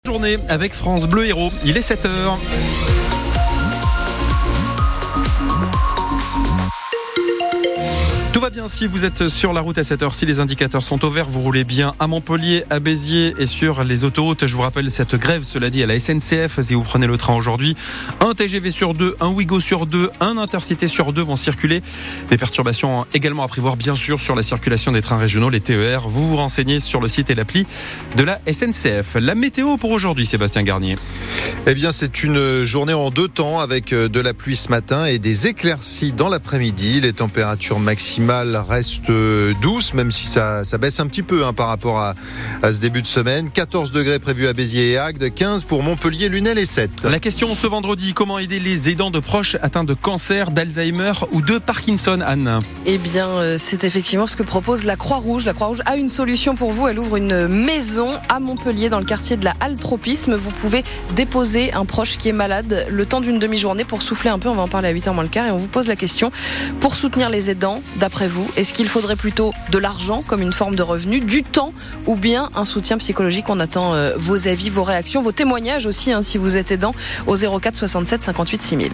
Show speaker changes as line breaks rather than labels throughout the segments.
Journée avec France Bleu Héros, il est 7h. Tout va bien si vous êtes sur la route à 7h, si les indicateurs sont au vert, vous roulez bien à Montpellier, à Béziers et sur les autoroutes. Je vous rappelle cette grève, cela dit, à la SNCF. Si vous prenez le train aujourd'hui, un TGV sur 2, un Ouigo sur 2, un Intercité sur 2 vont circuler. Des perturbations également à prévoir, bien sûr, sur la circulation des trains régionaux, les TER. Vous vous renseignez sur le site et l'appli de la SNCF. La météo pour aujourd'hui, Sébastien Garnier.
Eh bien, c'est une journée en deux temps avec de la pluie ce matin et des éclaircies dans l'après-midi. Les températures maximales restent douces, même si ça baisse un petit peu par rapport à ce début de semaine. 14 degrés prévus à Béziers et Agde, 15 pour Montpellier, Lunel et 7.
La question ce vendredi, comment aider les aidants de proches atteints de cancer, d'Alzheimer ou de Parkinson, Anne?
Eh bien, c'est effectivement ce que propose la Croix-Rouge. La Croix-Rouge a une solution pour vous. Elle ouvre une maison à Montpellier, dans le quartier de la Halle Tropisme. Vous pouvez déposer un proche qui est malade le temps d'une demi-journée pour souffler un peu. On va en parler à 8h moins le quart et on vous pose la question. Pour soutenir les aidants, d'après vous, est-ce qu'il faudrait plutôt de l'argent comme une forme de revenu, du temps ou bien un soutien psychologique? On attend vos avis, vos réactions, vos témoignages aussi, si vous êtes aidant, au 04 67 58 6000.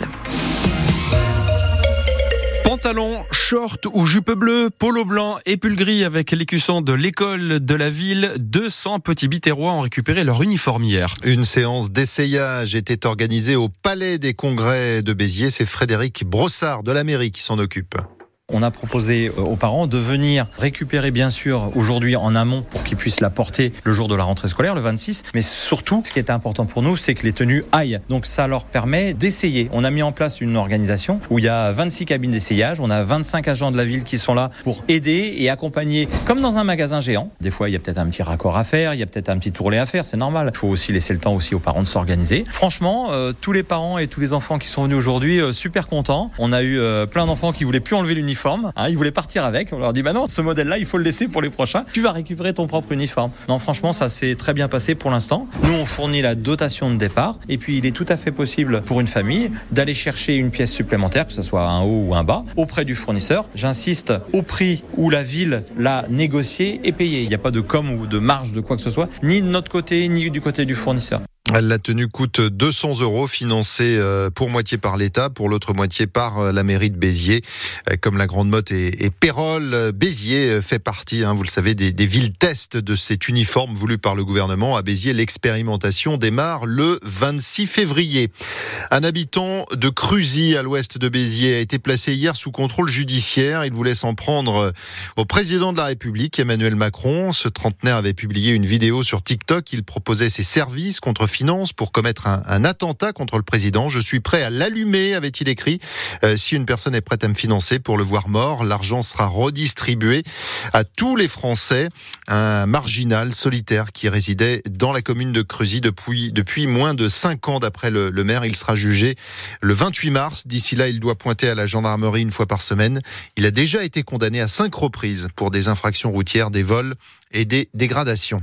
Pantalon, short ou jupe bleue, polo blanc et pull gris avec l'écusson de l'école de la ville. 200 petits Biterrois ont récupéré leur uniforme hier.
Une séance d'essayage était organisée au Palais des Congrès de Béziers. C'est Frédéric Brossard de la mairie qui s'en occupe.
On a proposé aux parents de venir récupérer bien sûr aujourd'hui en amont pour qu'ils puissent la porter le jour de la rentrée scolaire, le 26. Mais surtout, ce qui est important pour nous, c'est que les tenues aillent. Donc ça leur permet d'essayer. On a mis en place une organisation où il y a 26 cabines d'essayage. On a 25 agents de la ville qui sont là pour aider et accompagner, comme dans un magasin géant. Des fois, il y a peut-être un petit raccord à faire, il y a peut-être un petit tourlet à faire, c'est normal. Il faut aussi laisser le temps aussi aux parents de s'organiser. Franchement, tous les parents et tous les enfants qui sont venus aujourd'hui, super contents. On a eu plein d'enfants qui voulaient plus enlever l'uniforme. Ils voulaient partir avec. On leur dit non, ce modèle-là, il faut le laisser pour les prochains. Tu vas récupérer ton propre uniforme. Non, franchement, ça s'est très bien passé pour l'instant. Nous, on fournit la dotation de départ. Et puis, il est tout à fait possible pour une famille d'aller chercher une pièce supplémentaire, que ce soit un haut ou un bas, auprès du fournisseur. J'insiste, au prix où la ville l'a négocié et payé. Il n'y a pas de com ou de marge de quoi que ce soit, ni de notre côté, ni du côté du fournisseur.
La tenue coûte 200 €, financée pour moitié par l'État, pour l'autre moitié par la mairie de Béziers. Comme la Grande Motte et Pérols, Béziers fait partie, vous le savez, des villes test de cet uniforme voulu par le gouvernement. À Béziers, l'expérimentation démarre le 26 février. Un habitant de Cruzy, à l'ouest de Béziers, a été placé hier sous contrôle judiciaire. Il voulait s'en prendre au président de la République, Emmanuel Macron. Ce trentenaire avait publié une vidéo sur TikTok. Il proposait ses services contre finance pour commettre un attentat contre le président. Je suis prêt à l'allumer, avait-il écrit. Si une personne est prête à me financer pour le voir mort, l'argent sera redistribué à tous les Français. Un marginal solitaire qui résidait dans la commune de Cruzy depuis moins de 5 ans d'après le maire. Il sera jugé le 28 mars. D'ici là, il doit pointer à la gendarmerie une fois par semaine. Il a déjà été condamné à 5 reprises pour des infractions routières, des vols et des dégradations.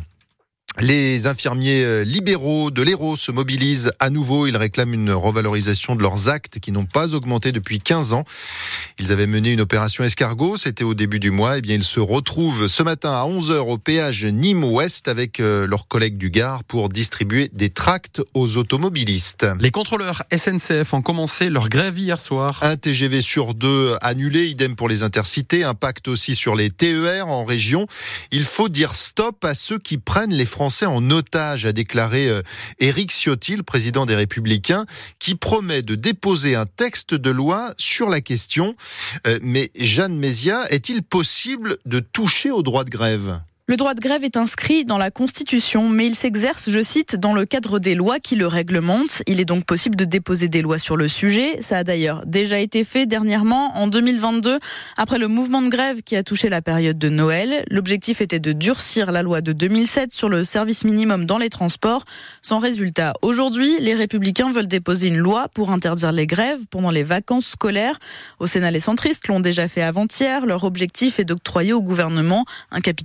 Les infirmiers libéraux de l'Hérault se mobilisent à nouveau. Ils réclament une revalorisation de leurs actes qui n'ont pas augmenté depuis 15 ans. Ils avaient mené une opération escargot, c'était au début du mois. Ils se retrouvent ce matin à 11h au péage Nîmes-Ouest avec leurs collègues du Gard pour distribuer des tracts aux automobilistes.
Les contrôleurs SNCF ont commencé leur grève hier soir.
Un TGV sur 2 annulé, idem pour les intercités. Impact aussi sur les TER en région. Il faut dire stop à ceux qui prennent les Français en otage, a déclaré Éric Ciotti, le président des Républicains, qui promet de déposer un texte de loi sur la question. Mais Jeanne Mézia, est-il possible de toucher au droit de grève ?
Le droit de grève est inscrit dans la Constitution, mais il s'exerce, je cite, dans le cadre des lois qui le réglementent. Il est donc possible de déposer des lois sur le sujet. Ça a d'ailleurs déjà été fait dernièrement, en 2022, après le mouvement de grève qui a touché la période de Noël. L'objectif était de durcir la loi de 2007 sur le service minimum dans les transports. Sans résultat, aujourd'hui, les Républicains veulent déposer une loi pour interdire les grèves pendant les vacances scolaires. Au Sénat, les centristes l'ont déjà fait avant-hier. Leur objectif est d'octroyer au gouvernement un capital de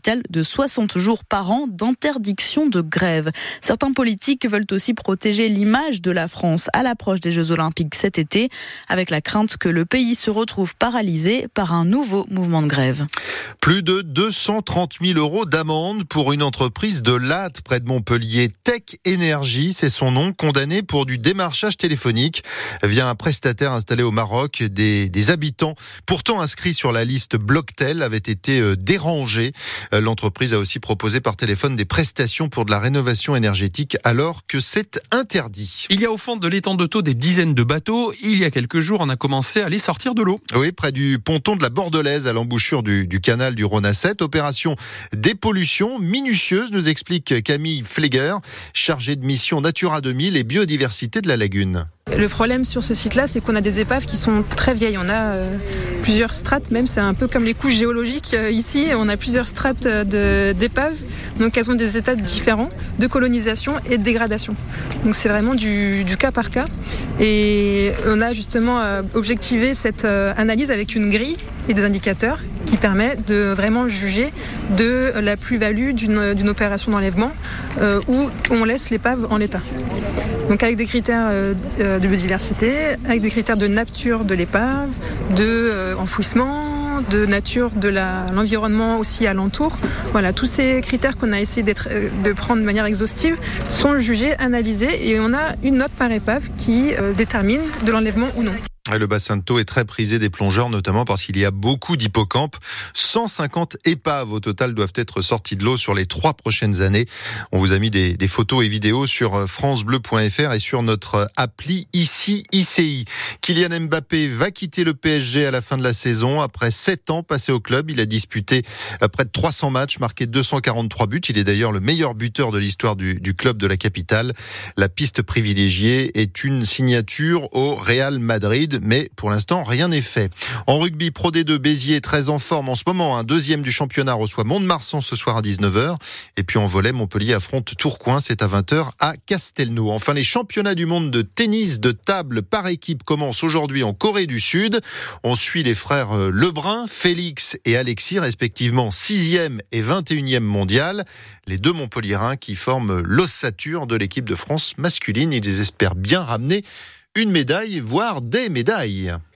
60 jours par an d'interdiction de grève. Certains politiques veulent aussi protéger l'image de la France à l'approche des Jeux Olympiques cet été, avec la crainte que le pays se retrouve paralysé par un nouveau mouvement de grève.
Plus de 230 000 € d'amende pour une entreprise de Latte, près de Montpellier. Tech Énergie, c'est son nom, condamné pour du démarchage téléphonique via un prestataire installé au Maroc. Des habitants pourtant inscrits sur la liste Blocktel avaient été dérangés. L'entreprise a aussi proposé par téléphone des prestations pour de la rénovation énergétique alors que c'est interdit.
Il y a au fond de l'étang de Thau des dizaines de bateaux. Il y a quelques jours, on a commencé à les sortir de l'eau.
Oui, près du ponton de la Bordelaise à l'embouchure du canal du Rhône à 7. Opération dépollution minutieuse, nous explique Camille Fleger, chargée de mission Natura 2000 et biodiversité de la lagune.
Le problème sur ce site-là, c'est qu'on a des épaves qui sont très vieilles. On a plusieurs strates, même c'est un peu comme les couches géologiques ici. On a plusieurs strates d'épaves, donc elles ont des états différents de colonisation et de dégradation. Donc c'est vraiment du cas par cas. Et on a justement objectivé cette analyse avec une grille et des indicateurs qui permet de vraiment juger de la plus-value d'une opération d'enlèvement où on laisse l'épave en l'état. Donc avec des critères de biodiversité, avec des critères de nature de l'épave, de enfouissement, de nature de l'environnement aussi alentour. Voilà, tous ces critères qu'on a essayé de prendre de manière exhaustive sont jugés, analysés et on a une note par épave qui détermine de l'enlèvement ou non.
Le bassin de Thau est très prisé des plongeurs, notamment parce qu'il y a beaucoup d'hippocampes. 150 épaves au total doivent être sorties de l'eau sur les 3 prochaines années. On vous a mis des photos et vidéos sur francebleu.fr et sur notre appli ici ICI. Kylian Mbappé va quitter le PSG à la fin de la saison. Après 7 ans passés au club, il a disputé près de 300 matchs, marqué 243 buts. Il est d'ailleurs le meilleur buteur de l'histoire du club de la capitale. La piste privilégiée est une signature au Real Madrid. Mais pour l'instant, rien n'est fait. En rugby, Pro D2, Béziers très en forme en ce moment. Un deuxième du championnat reçoit Mont-de-Marsan ce soir à 19h. Et puis en volley, Montpellier affronte Tourcoing, c'est à 20h à Castelnau. Enfin, les championnats du monde de tennis de table par équipe commencent aujourd'hui en Corée du Sud. On suit les frères Lebrun, Félix et Alexis, respectivement 6e et 21e mondial. Les deux Montpelliérains qui forment l'ossature de l'équipe de France masculine. Ils espèrent bien ramener une médaille, voire des médailles.